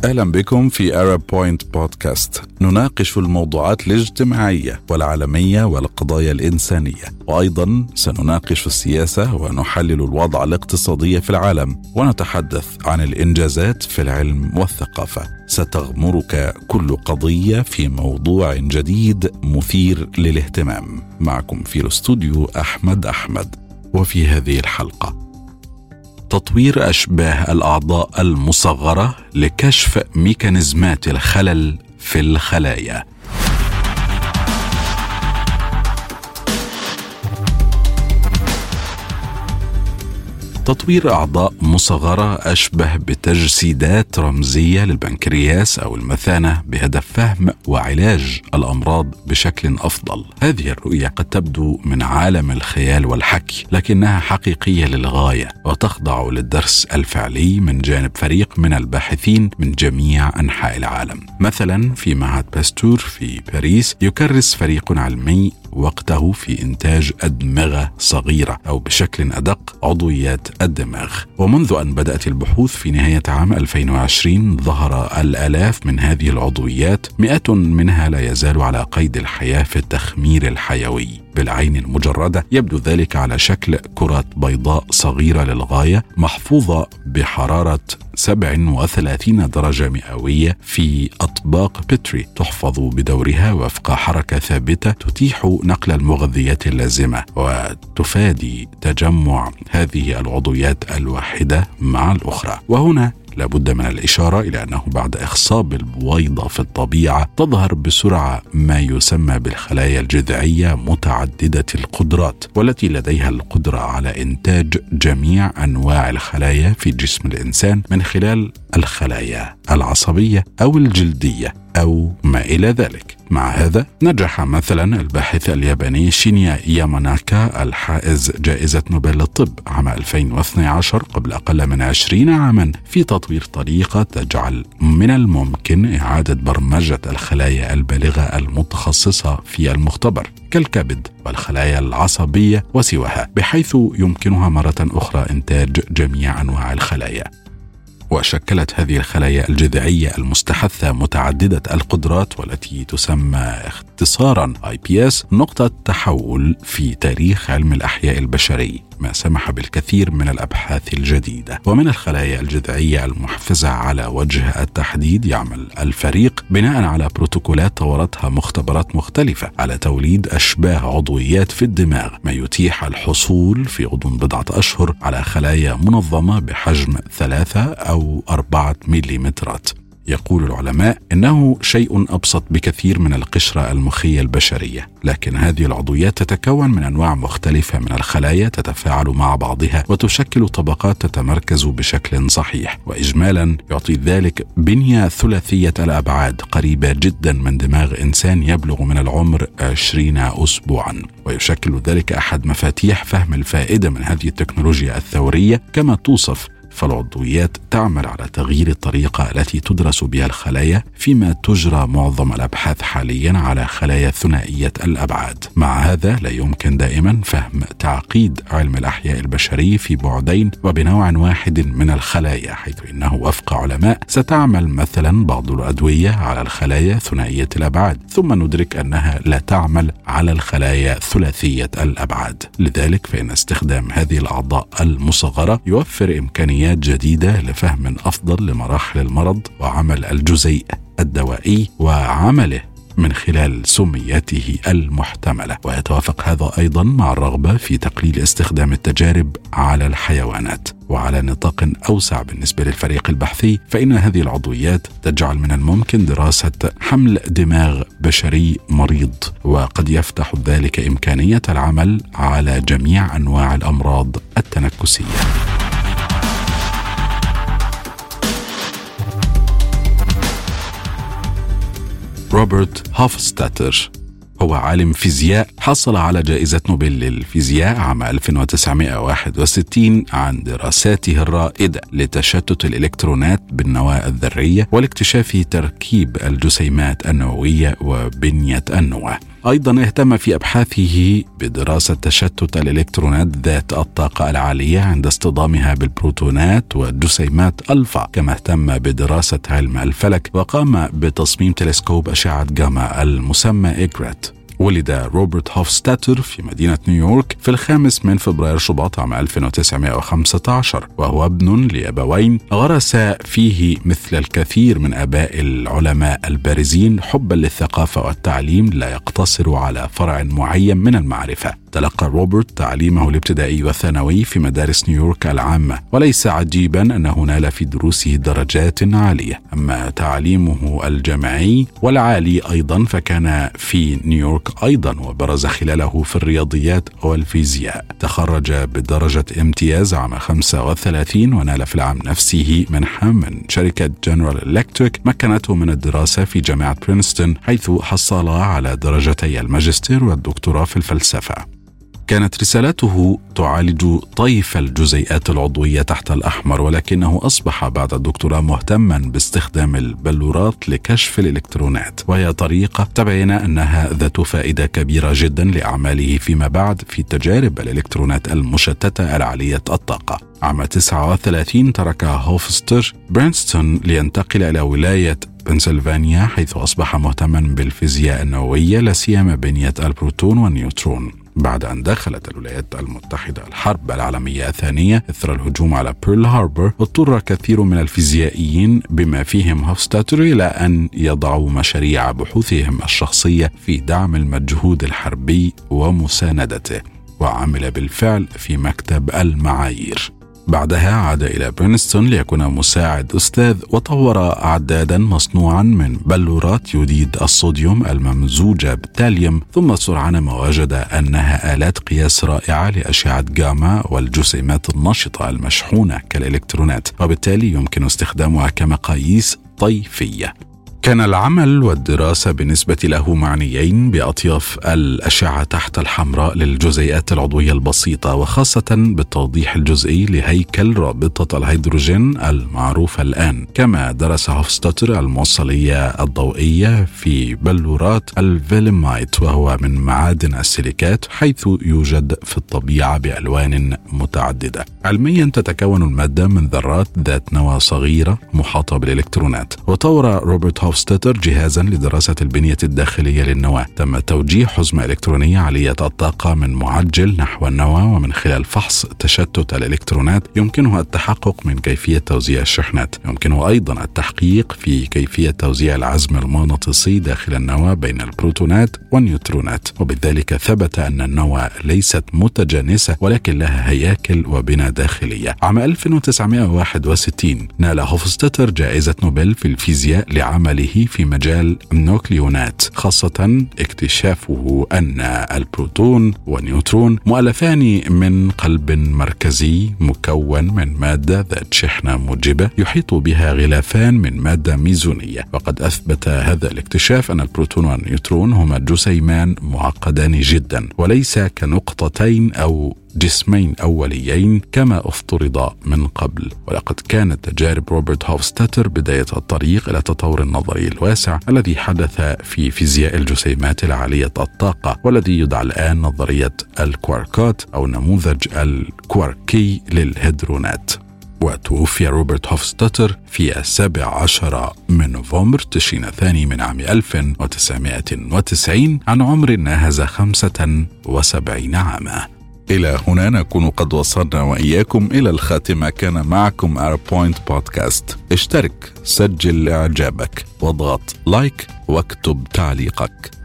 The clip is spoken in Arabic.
أهلا بكم في Arab Point بودكاست. نناقش الموضوعات الاجتماعية والعالمية والقضايا الإنسانية، وأيضا سنناقش السياسة ونحلل الوضع الاقتصادي في العالم، ونتحدث عن الإنجازات في العلم والثقافة. ستغمرك كل قضية في موضوع جديد مثير للاهتمام. معكم في الاستوديو أحمد. وفي هذه الحلقة تطوير أشباه الأعضاء المصغرة لكشف ميكانيزمات الخلل في الخلايا. تطوير أعضاء مصغرة أشبه بتجسيدات رمزية للبنكرياس أو المثانة بهدف فهم وعلاج الأمراض بشكل أفضل. هذه الرؤية قد تبدو من عالم الخيال والحكي، لكنها حقيقية للغاية وتخضع للدرس الفعلي من جانب فريق من الباحثين من جميع أنحاء العالم. مثلا في معهد باستور في باريس يكرس فريق علمي وقته في إنتاج أدمغة صغيرة أو بشكل أدق عضويات الدماغ. ومنذ أن بدأت البحوث في نهاية عام 2020 ظهر الآلاف من هذه العضويات، 100 منها لا يزال على قيد الحياة في التخمير الحيوي. بالعين المجردة يبدو ذلك على شكل كرات بيضاء صغيرة للغاية محفوظة بحرارة 37 درجة مئوية في أطباق بيتري، تحفظ بدورها وفق حركة ثابتة تتيح نقل المغذيات اللازمة وتفادي تجمع هذه العضويات الواحدة مع الأخرى. وهنا لابد من الإشارة إلى أنه بعد إخصاب البويضة في الطبيعة تظهر بسرعة ما يسمى بالخلايا الجذعية متعددة القدرات، والتي لديها القدرة على إنتاج جميع أنواع الخلايا في جسم الإنسان من خلال الخلايا العصبية أو الجلدية أو ما إلى ذلك. مع هذا نجح مثلا الباحث الياباني شينيا ياماناكا الحائز جائزة نوبل للطب عام 2012 قبل أقل من 20 عاما في تطوير طريقة تجعل من الممكن إعادة برمجة الخلايا البالغة المتخصصة في المختبر كالكبد والخلايا العصبية وسواها، بحيث يمكنها مرة أخرى إنتاج جميع أنواع الخلايا. وشكلت هذه الخلايا الجذعية المستحثة متعددة القدرات والتي تسمى اختصارا IPS نقطة تحول في تاريخ علم الأحياء البشري، ما سمح بالكثير من الأبحاث الجديدة. ومن الخلايا الجذعية المحفزة على وجه التحديد يعمل الفريق بناء على بروتوكولات طورتها مختبرات مختلفة على توليد أشباه عضويات في الدماغ، ما يتيح الحصول في غضون بضعة أشهر على خلايا منظمة بحجم 3 أو 4 مليمترات. يقول العلماء إنه شيء أبسط بكثير من القشرة المخية البشرية، لكن هذه العضويات تتكون من أنواع مختلفة من الخلايا تتفاعل مع بعضها وتشكل طبقات تتمركز بشكل صحيح، وإجمالا يعطي ذلك بنية ثلاثية الأبعاد قريبة جدا من دماغ إنسان يبلغ من العمر 20 أسبوعا. ويشكل ذلك أحد مفاتيح فهم الفائدة من هذه التكنولوجيا الثورية كما توصف. فالعضويات تعمل على تغيير الطريقة التي تدرس بها الخلايا، فيما تجرى معظم الأبحاث حاليا على خلايا ثنائية الأبعاد. مع هذا لا يمكن دائما فهم تعقيد علم الأحياء البشري في بعدين وبنوع واحد من الخلايا، حيث إنه وفق علماء ستعمل مثلا بعض الأدوية على الخلايا ثنائية الأبعاد، ثم ندرك أنها لا تعمل على الخلايا ثلاثية الأبعاد. لذلك فإن استخدام هذه الأعضاء المصغرة يوفر إمكانيات جديدة لفهم أفضل لمراحل المرض وعمل الجزيء الدوائي وعمله من خلال سميته المحتملة. ويتوافق هذا أيضا مع الرغبة في تقليل استخدام التجارب على الحيوانات. وعلى نطاق أوسع بالنسبة للفريق البحثي، فإن هذه العضويات تجعل من الممكن دراسة حمل دماغ بشري مريض، وقد يفتح ذلك إمكانية العمل على جميع أنواع الأمراض التنكسية. روبرت هوفستاتر هو عالم فيزياء حصل على جائزة نوبل للفيزياء عام 1961 عن دراساته الرائدة لتشتت الإلكترونات بالنواة الذرية والاكتشاف تركيب الجسيمات النووية وبنية النواة. أيضا اهتم في أبحاثه بدراسة تشتت الإلكترونات ذات الطاقة العالية عند اصطدامها بالبروتونات والجسيمات ألفا، كما اهتم بدراسة علم الفلك وقام بتصميم تلسكوب أشعة جاما المسمى إيغريت. ولد روبرت هوفستاتر في مدينة نيويورك في 5 من فبراير شباط عام 1915، وهو ابن لأبوين غرس فيه مثل الكثير من آباء العلماء البارزين حبا للثقافة والتعليم لا يقتصر على فرع معين من المعرفة. تلقى روبرت تعليمه الابتدائي والثانوي في مدارس نيويورك العامة، وليس عجيبا أنه نال في دروسه درجات عالية. أما تعليمه الجامعي والعالي أيضا فكان في نيويورك أيضا، وبرز خلاله في الرياضيات والفيزياء. تخرج بدرجة امتياز عام 35 ونال في العام نفسه منحة من شركة جنرال إلكتريك مكنته من الدراسة في جامعة برينستون، حيث حصل على درجتي الماجستير والدكتوراه في الفلسفة. كانت رسالته تعالج طيف الجزيئات العضوية تحت الأحمر، ولكنه أصبح بعد الدكتوراه مهتما باستخدام البلورات لكشف الإلكترونات، وهي طريقة تبين أنها ذات فائدة كبيرة جدا لأعماله فيما بعد في تجارب الإلكترونات المشتتة العالية الطاقة. عام 39 ترك هوفستر برينستون لينتقل إلى ولاية بنسلفانيا، حيث أصبح مهتما بالفيزياء النووية لا سيما بنية البروتون والنيوترون. بعد أن دخلت الولايات المتحدة الحرب العالمية الثانية إثر الهجوم على بيرل هاربر، اضطر كثير من الفيزيائيين بما فيهم هوفستاتر إلى أن يضعوا مشاريع بحوثهم الشخصية في دعم المجهود الحربي ومساندته، وعمل بالفعل في مكتب المعايير. بعدها عاد إلى برينستون ليكون مساعد أستاذ، وطور أعدادا مصنوعا من بلورات يوديد الصوديوم الممزوجة بالتاليوم، ثم سرعان ما وجد أنها آلات قياس رائعة لأشعة جاما والجسيمات النشطة المشحونة كالإلكترونات، وبالتالي يمكن استخدامها كمقاييس طيفية. كان العمل والدراسة بالنسبة له معنيين بأطياف الأشعة تحت الحمراء للجزيئات العضوية البسيطة، وخاصة بالتوضيح الجزئي لهيكل رابطة الهيدروجين المعروفة الآن. كما درس هوفستاتر الموصلية الضوئية في بلورات الفيلمايت، وهو من معادن السيليكات، حيث يوجد في الطبيعة بألوان متعددة. علميا تتكون المادة من ذرات ذات نواة صغيرة محاطة بالإلكترونات. وطور روبرت هوفستاتر جهازا لدراسة البنية الداخلية للنواة. تم توجيه حزمة إلكترونية عالية الطاقة من معجل نحو النواة، ومن خلال فحص تشتت الإلكترونات يمكنه التحقق من كيفية توزيع الشحنات. يمكنه أيضا التحقيق في كيفية توزيع العزم المغناطيسي داخل النواة بين البروتونات والنيوترونات، وبذلك ثبت أن النواة ليست متجانسة ولكن لها هياكل وبنى داخلية. عام 1961 نال هوفستاتر جائزة نوبل في الفيزياء لعمله في مجال النوكليونات، خاصة اكتشافه أن البروتون والنيوترون مؤلفان من قلب مركزي مكون من مادة ذات شحنة موجبة يحيط بها غلافان من مادة ميزونية. وقد أثبت هذا الاكتشاف أن البروتون والنيوترون هما جسيمان معقدان جدا، وليس كنقطتين أو جسمين أوليين كما افترض من قبل. ولقد كانت تجارب روبرت هوفستاتر بداية الطريق إلى التطور النظري الواسع الذي حدث في فيزياء الجسيمات العالية الطاقة، والذي يدعى الآن نظرية الكواركات أو نموذج الكواركي للهيدرونات. وتوفي روبرت هوفستاتر في 17 من نوفمبر تشرين الثاني من عام 1990 عن عمر ناهز 75 عاما. إلى هنا نكون قد وصلنا وإياكم إلى الخاتمة. كان معكم ARPoint بودكاست. اشترك، سجل إعجابك، واضغط لايك واكتب تعليقك.